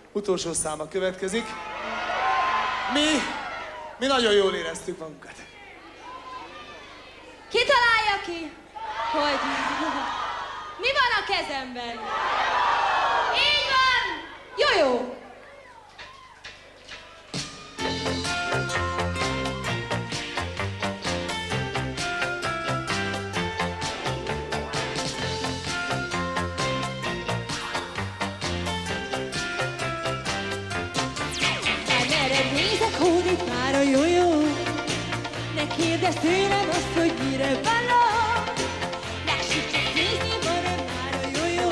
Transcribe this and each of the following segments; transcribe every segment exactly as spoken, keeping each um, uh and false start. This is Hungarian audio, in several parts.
utolsó száma következik. Mi, mi nagyon jól éreztük magunkat. Ki találja ki, hogy mi van a kezemben? Így van! Jó, jó! Hódít már a jó-jó, ne kérdezz tőlem azt, hogy mire való. Lássuk csak nézni, van-e már a jó-jó.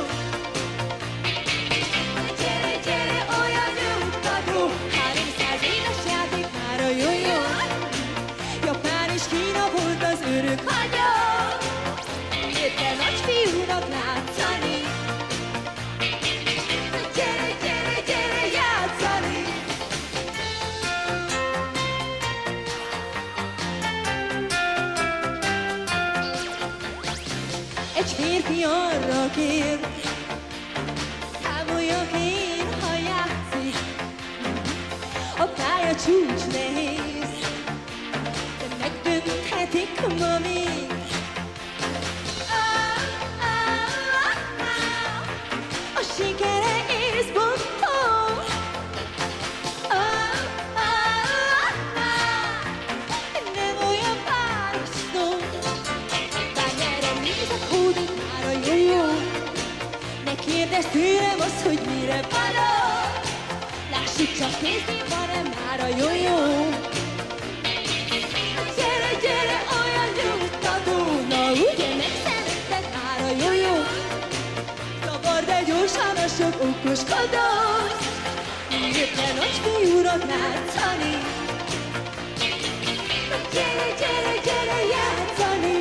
Gyere, gyere, olyan nyugtató, háromszáz éves játék már a jó-jó. Japán és Kína volt az örök hagyó, érte nagyfiúnak látszani. Gyere, gyere, gyere, játszani. Egy férfi arra kér, számoljak én, ha játszik. A pálya csúcs nehéz, de megdönthetik ma még. Ah, ah, ah, ah. A sikere észbontó. Ah, ah, ah. Nem olyan választó. Hódít már a jó-jó, ne kérdezz tőlem azt, hogy mire való. Lássuk csak nézni, van-e már a jó-jó. Gyere, gyere, olyan nyugtató, na ugye megszeretted már a jó-jó. Zavar, de gyorsan a sok okoskodós, miért ne nagyfiúnak látszani. Gyere, gyere, gyere, játszani.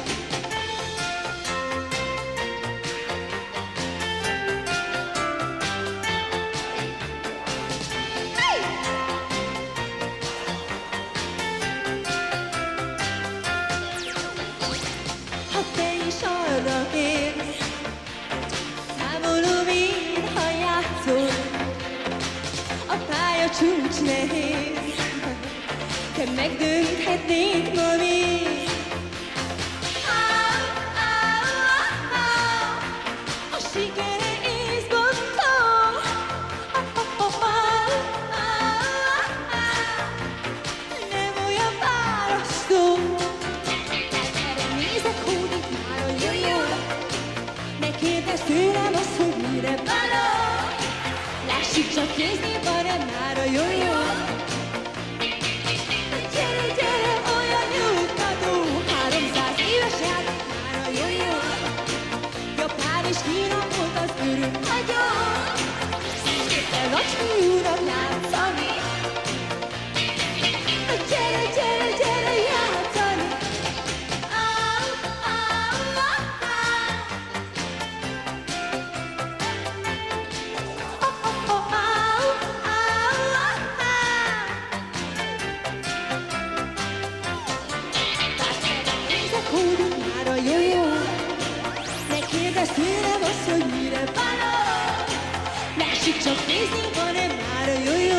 Arra kérsz, számolom én, ha játszol. A pálya csúcs nehéz, te megdönthetnéd ma még. Ah, ah, ah, a sikere észbontó. Ah, ah, ah, ah, ah, nem olyan választó. Erre nézek, hódít már a jó-jó. Ne kérdezz tőlem azt, hogy mire való. Lássuk csak nézni, van-e már a jó-jó. Gyere, gyere, olyan nyugtató, háromszáz éves játék már a jó-jó. Japán és Kína volt az örök hagyó, érte nagyfiúnak látszani. Gyere, gyere, gyere, játszani. Ah, ah, ah, ah. Oh, oh, oh, ah, ah, ah. Nézek, hódít már a jó-jó, ne kérdezz tőlem azt, hogy mire való. Lássuk csak nézni, van-e már a jó-jó.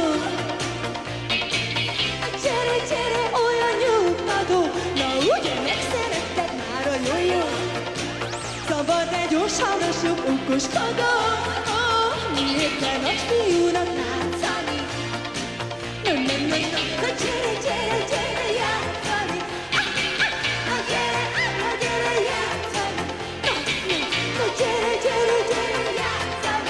Gyere, gyere, olyan nyugtató, na ugye megszeretted már a jó-jó. Zavar, de gyorsan a sok okoskodó, oh, miért te nagyfiúnak látszani. Nem, nem, nem, nem, na gyere, gyere, gyere, játszani. Ah, ah, na gyere, ah, na gyere, játszani. Na, na, na gyere, gyere, gyere, játszani.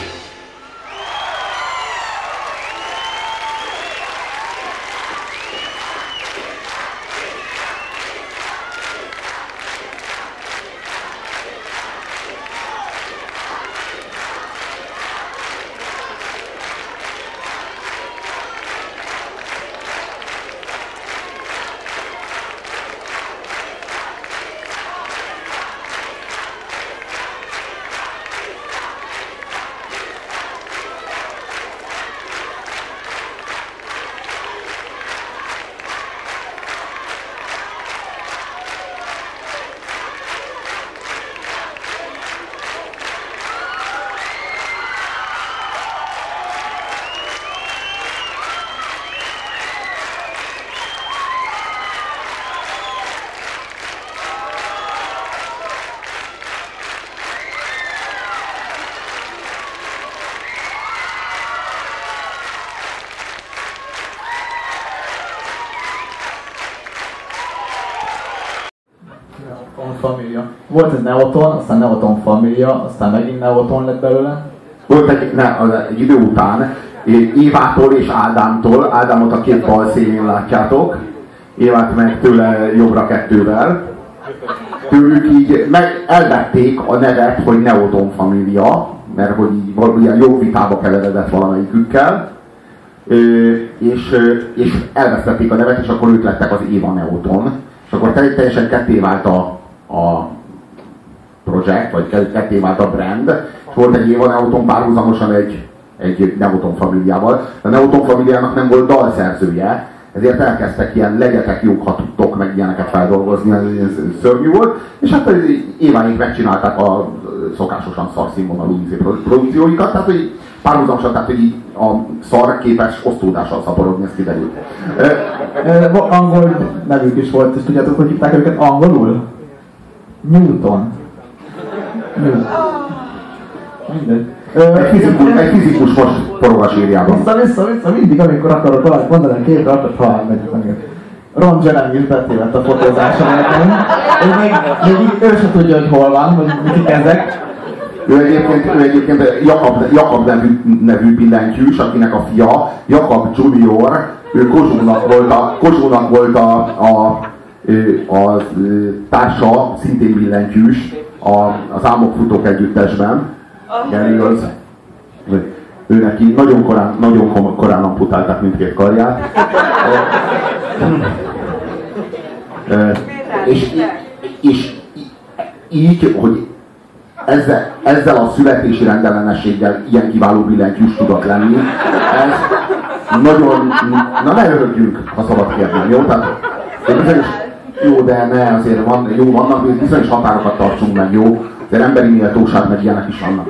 Família. Volt egy Neoton, aztán Neoton Família, aztán megint Neoton lett belőle. Volt egy, ne, egy idő után Évától és Ádámtól, Ádámot a két bal szélén látjátok, Évát meg tőle jobbra kettővel. Tőlük így meg elvették a nevet, hogy Neoton Família, mert hogy így ilyen jó vitába keveredett valamelyikükkel, és, és elvesztették a nevet, és akkor ők lettek az Éva Neoton. És akkor teljesen ketté vált a, a projekt, vagy ketté vált a brand, és volt egy Éva Neoton párhuzamosan egy, egy Neoton Famíliával. A Neoton Famíliának nem volt dalszerzője, ezért elkezdtek ilyen legyetek jók, ha tudtok meg ilyeneket feldolgozni, ez szörnyű volt, és hát Éváink megcsinálták a szokásosan szarszínvonalú produkcióikat, tehát hogy párhuzamosan, tehát hogy így a szar képes osztódással szaporodni, ez kiderült. Angol nevük is volt, és tudjátok, hogy hívták őket angolul? Newton. Newton. Mindegy. Egy fizikus, egy fizikus most forog a sírjában. Vissza, vissza, vissza, mindig, amikor akarok valamit mondani a képre, akkor talán megyek meg. Ron Jeremy is betévedt a fotózáson. Még, még ő sem tudja, hogy hol van, hogy kik ezek. Ő egyébként, ő egyébként Jakab, Jakab nevű, nevű billentyűs, akinek a fia, Jakab junior, ő Kozsónak volt a, Kozsónak volt a, a, a, a társa, szintén billentyűs, a, az Álmokfutók együttesben. Igen, igaz. Ő neki nagyon korán, nagyon korán amputálták mindkét karját. és, és így, hogy ezzel, ezzel a születési rendellenességgel ilyen kiváló billentyűs tudott lenni, ez nagyon, na ne örögjünk, ha szabad kérnem, jó? Tehát, bizonyos, jó, de ne, azért van, jó, vannak, bizonyos határokat tartsunk meg, jó? De emberi méltóság meg ilyenek is vannak.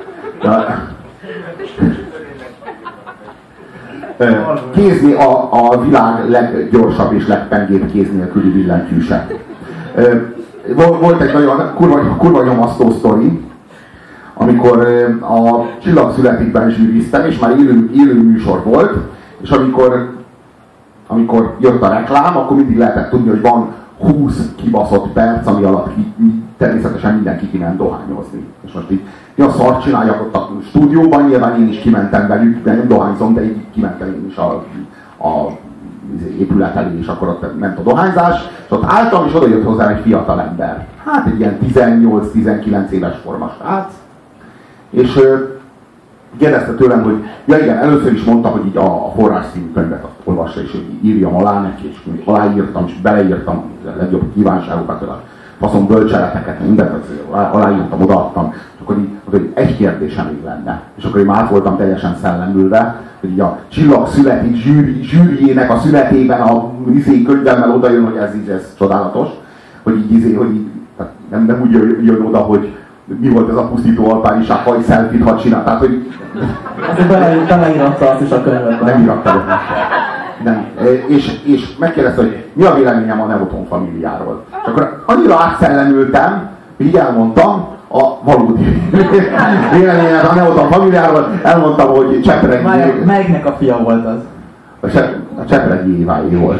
Kézni a, a világ leggyorsabb és legpengébb kéz nélküli billentyűse. Volt egy nagyon kurva, kurva nyomasztó sztori, amikor a Csillagszületikben zsűriztem, és már élő, élő műsor volt, és amikor, amikor jött a reklám, akkor mindig lehetett tudni, hogy van húsz kibaszott perc, ami alatt természetesen mindenki kiment dohányozni. És most így, mi a szart csináljak ott a stúdióban, nyilván én is kimentem velük, de nem dohányzom, de így kimentem én is a, a épület elé, és akkor ott ment a dohányzás, és ott álltam, és oda jött hozzám egy fiatal ember. Hát egy ilyen tizennyolc-tizenkilenc éves formas srác, és kérdezte tőlem, hogy ja igen, először is mondta, hogy így a, a forrásszínű könyvet azt olvassa, és hogy írjam alá neki, és aláírtam, és beleírtam a legjobb kívánságokat, a faszom bölcseleteket, mindent aláírtam, odaadtam, és akkor így, hogy egy kérdésem még lenne. És akkor én már voltam teljesen szellemülve, hogy így a Csillag születik zsűri, zsűriének a születében a izé könyvemmel oda jön, hogy ez így, ez csodálatos, hogy így izé, hogy így, nem, nem úgy jön, jön oda, hogy mi volt ez a pusztító alpáriság, ha egy selfie-t hadd csinál, tehát hogy... Azért beleíratta azt is a könyvetben. Nem íratta. Nem. És, és megkérdezte, hogy mi a véleményem a Neoton Famíliáról. És akkor annyira átszellemültem, hogy így elmondtam a valódi véleményem a Neoton Famíliáról, elmondtam, hogy Csepregi... Melyiknek a fia volt az? A, Cse, a Csepregi Éváé volt.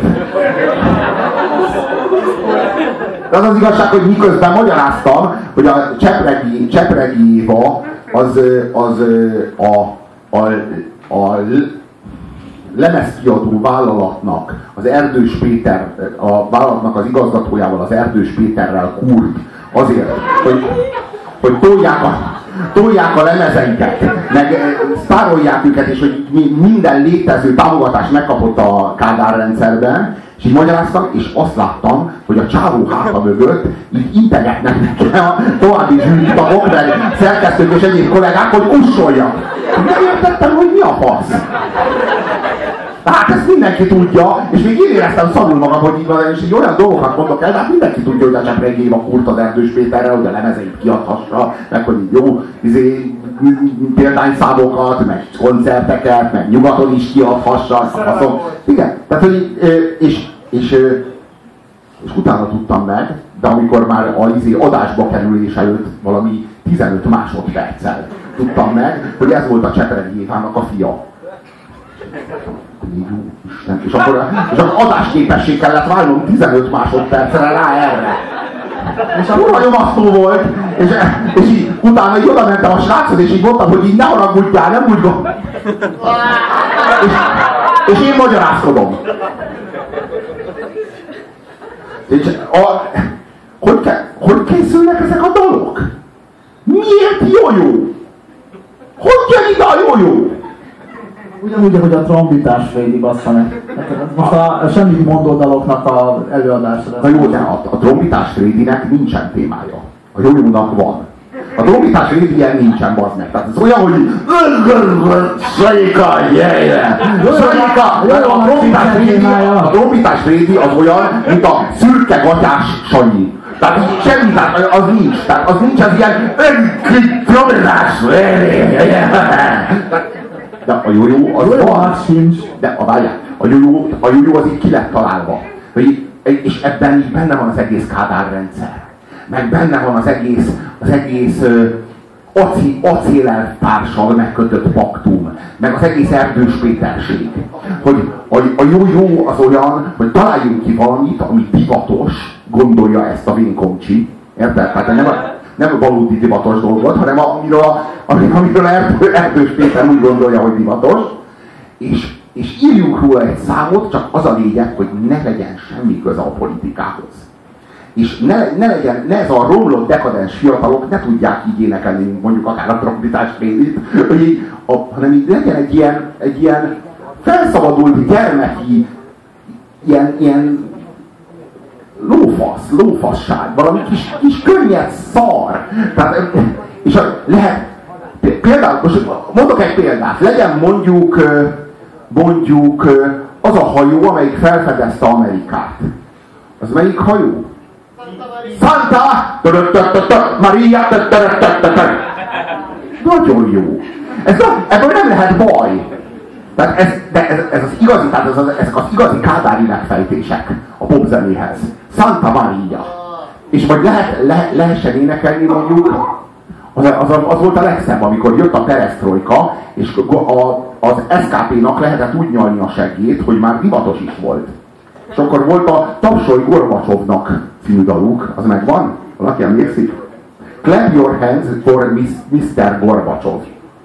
De az az igazság, hogy miközben magyaráztam, hogy a Csepregi, Csepregi Éva az, az a, a, a lemezkiadó vállalatnak, az Erdős Péter, a vállalatnak az igazgatójával, az Erdős Péterrel kúrt azért, hogy, hogy tolják a, tolják a lemezeiket, meg sztárolják őket, és hogy minden létező támogatást megkapott a Kádár rendszerben, és így magyaráztam, és azt láttam, hogy a csávó háta mögött így integetnek nekem a további zsűritagok, meg szerkesztők és egyéb kollégák, hogy ussoljak. Nem értettem, hogy mi a fasz. Tehát ezt mindenki tudja, és még én éreztem szarul magam, hogy így van, és így olyan dolgokat mondok el, de hát mindenki tudja, hogy a Csepregi Éva kúrt az Erdős Péterrel, hogy a lemezeit kiadhassa, meg hogy jó izé, példányszámokat, meg koncerteket, meg nyugaton is kiadhassa. Azon. Igen, tehát hogy, és, és, és utána tudtam meg, de amikor már a izé adásba kerülés előtt valami tizenöt másodperccel tudtam meg, hogy ez volt a Csepregi Évának a fia. És akkor, és akkor adásképesség kellett válnom tizenöt másodpercre rá erre. És a kurva nyomasztó volt, és, és így utána így oda mentem a sráchoz, és így mondtam, hogy így ne haragudjál, nem úgy gond. És, és én magyarázkodom. És a, hogy, ke, hogy készülnek ezek a dalok? Miért jó-jó? Hogy jön ide a jó-jó? Ugyanúgy, hogy a trombitás Frédi, bassza meg. Most a, a semmit mondó daloknak az előadásra. Na jó, de a, a trombitás Frédinek nincsen témája. A jó-jónak van. A trombitás Frédi ilyen nincsen, bazd meg. Tehát ez olyan, hogy Sarika, yeah! Sarika! A trombitás Frédi az olyan, mint a szürke gatyás Sanyi. Tehát így semmi, tehát az nincs. Tehát az nincs, az ilyen trombitás de a jó-jó az van. De a várjál, a jó-jó, a jó-jó az így ki lett találva. És ebben így benne van az egész Kádár rendszer. Meg benne van az egész, az egész uh, aci, acélelvtársal megkötött paktum. Meg az egész Erdős Péterség. Hogy a, a jó-jó az olyan, hogy találjunk ki valamit, ami divatos, gondolja ezt a Vinkoncsi. Érted? Hát nem a, nem a valódi divatos dolgot, hanem amiről, a, amiről Erdő, Erdős Péter úgy gondolja, hogy divatos. És, és írjunk róla egy számot, csak az a lényeg, hogy ne legyen semmi köze a politikához. És ne, ne legyen, ne ez a romlott, dekadens fiatalok ne tudják így énekelni, mondjuk akár a trombitás Frédit, hogy így, a, hanem így legyen egy ilyen, egy ilyen felszabadult gyermeki, ilyen, ilyen lófasz, lófasság, valami kis, kis könnyed szar. Tehát, és a, lehet, például, most mondok egy példát, legyen mondjuk, mondjuk az a hajó, amelyik felfedezte Amerikát. Az melyik hajó? Santa Maria. Nagyon jó. Ez, ebből nem lehet baj. Tehát ez, de ez, ez az igazi, tehát ez az, ezek az igazi kádári megfejtések a popzenéhez. Santa Maria. És vagy lehet, le, lehessen énekelni mondjuk, az, az, az volt a legszebb, amikor jött a perestrojka, és a, az es ká pénak lehetett úgy nyalni a seggét, hogy már divatos is volt. És akkor volt a Tapsolj Gorbacsovnak című daluk, az megvan? Valaki emlékszik? Clap your hands for miszter Gorbacsov.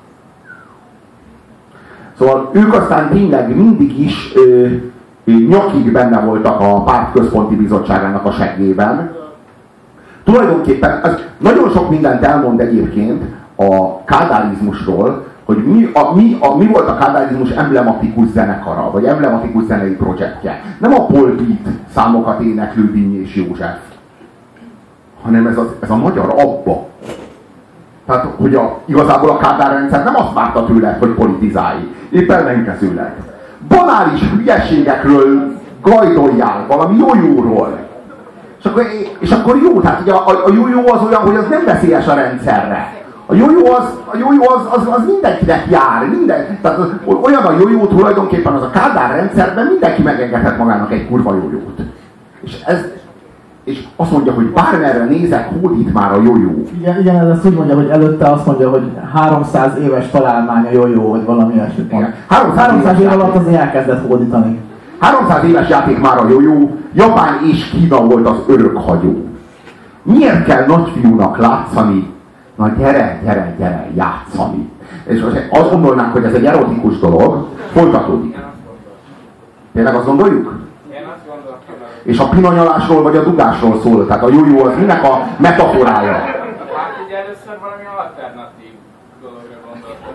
Szóval ők aztán tényleg mindig is ö, ö, nyakig benne voltak a párt központi bizottságának a seggében. Tulajdonképpen az nagyon sok mindent elmond egyébként a kádárizmusról, hogy mi, a, mi, a, mi volt a kádárizmus emblematikus zenekara, vagy emblematikus zenei projektje. Nem a Paul Beat számokat éneklő Dinny és József, hanem ez, az, ez a magyar Abba. Tehát, hogy a, igazából a Kádár rendszer nem azt várta tőle, hogy politizálj. Épp ellenkezőleg. Banális hülyeségekről gajdoljál, valami jó-jóról. És akkor, és akkor jó, tehát ugye a, a jó-jó az olyan, hogy az nem veszélyes a rendszerre. A jó-jó az, a jó-jó az, az, az mindenkinek jár, minden, tehát az, olyan a jó-jó tulajdonképpen az a Kádár rendszerben mindenki megengedhet magának egy kurva jó-jót. És, ez, és azt mondja, hogy bármerre nézek, hódít már a jó-jó. Igen, igen, ez azt úgy mondja, hogy előtte azt mondja, hogy háromszáz éves találmány a jó-jó, vagy valami ilyesmit mond. háromszáz év alatt azért elkezdett hódítani. háromszáz éves játék már a jó-jó, Japán és Kína volt az örökhagyó. Miért kell nagyfiúnak látszani? Na gyere, gyere, gyere, játszani. És azt gondolnánk, hogy ez egy erotikus dolog, folytatódik. Tényleg azt gondoljuk? Én azt gondolom. És a pinanyalásról vagy a dugásról szól, tehát a jó-jó az minek a metaforája? Hát ugye először valami alternatív dologra gondoltam.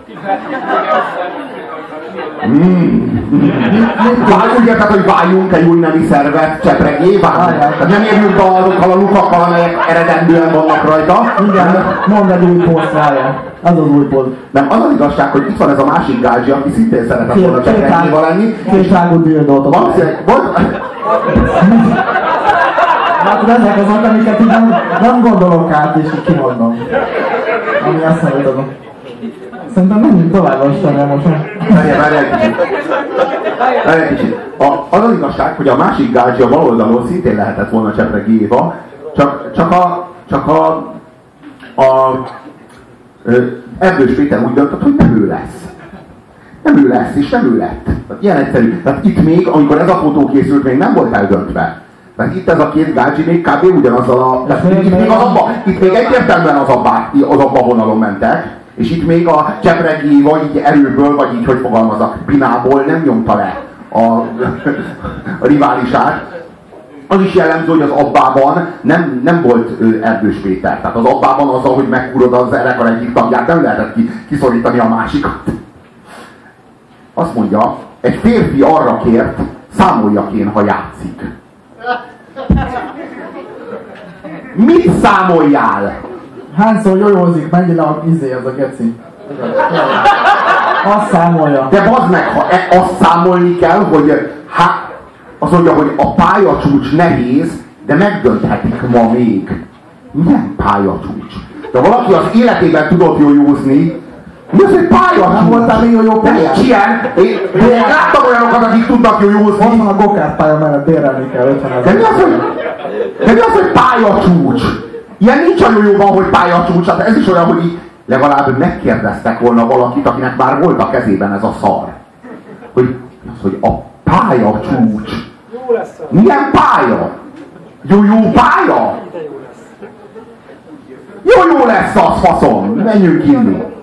Váljunk, úgy érted, hogy váljunk egy új nemi szervet csepregé, tehát nem érjünk be azokkal a lukakkal, amelyek eredendően vannak rajta. Igen, mondd egy új poszt, várjál. Az az új poszt. Nem, az az igazság, hogy itt van ez a másik gázsi, aki szintén szeretett volna csepregéval lenni. Kétságú dildót. Hát ezek azok, amiket így nem, nem gondolok át, és így kimondom. Ami azt nem tudom. Szerintem menjünk tovább lassan, most már. Várjál, várjál egy kicsit. Várjál egy kicsit. A, az az igazság, hogy a másik gázsi a bal oldalon szintén lehetett volna Csepregi Éva, csak, csak a, csak a, a Erdős Péter úgy döntött, hogy nem ő lesz. Nem ő lesz, és nem ő lett. Tehát ilyen egyszerű. Tehát itt még, amikor ez a fotó készült, még nem volt eldöntve. Mert itt ez a két gácsi még kb. Ugyanazzal a... Itt, itt, még az abba, itt még egyértelműen az abba, az abba vonalon mentek, és itt még a csepregi, vagy így erőből, vagy így, hogy fogalmazok, pinából nem nyomta le a, a riválisát. Az is jellemző, hogy az abbában nem, nem volt Erdős Péter. Tehát az abbában azzal, hogy megkúrod az erekar egyik tagját, nem lehetett ki, kiszorítani a másikat. Azt mondja, egy férfi arra kért, számoljak én, ha játszik. Mit számoljál? Hányszor jójózik, mennyire a izé az a geci? Azt számolja. De bazd meg, ha e, azt számolni kell, hogy hát, azt mondja, hogy a pályacsúcs nehéz, de megdönthetik ma még. Milyen pályacsúcs? De valaki az életében tudott jójózni, mi az, hogy pályacsúcs? Nem voltál még jó De nincs ilyen. Én, én láttam olyanokat, akik tudnak jójózni. Ott van a gokárd pálya mellett, bérelni kell ötven ezer. De mi az, hogy, de mi az, hogy pályacsúcs? Ilyen nincs a jójóban, hogy pályacsúcs. Hát ez is olyan, hogy így legalább megkérdeztek volna valakit, akinek már volt a kezében ez a szar. Hogy, az, hogy a pályacsúcs. Milyen pálya? Jó-jó pálya? Jó-jó lesz az, faszom! Menjünk inni!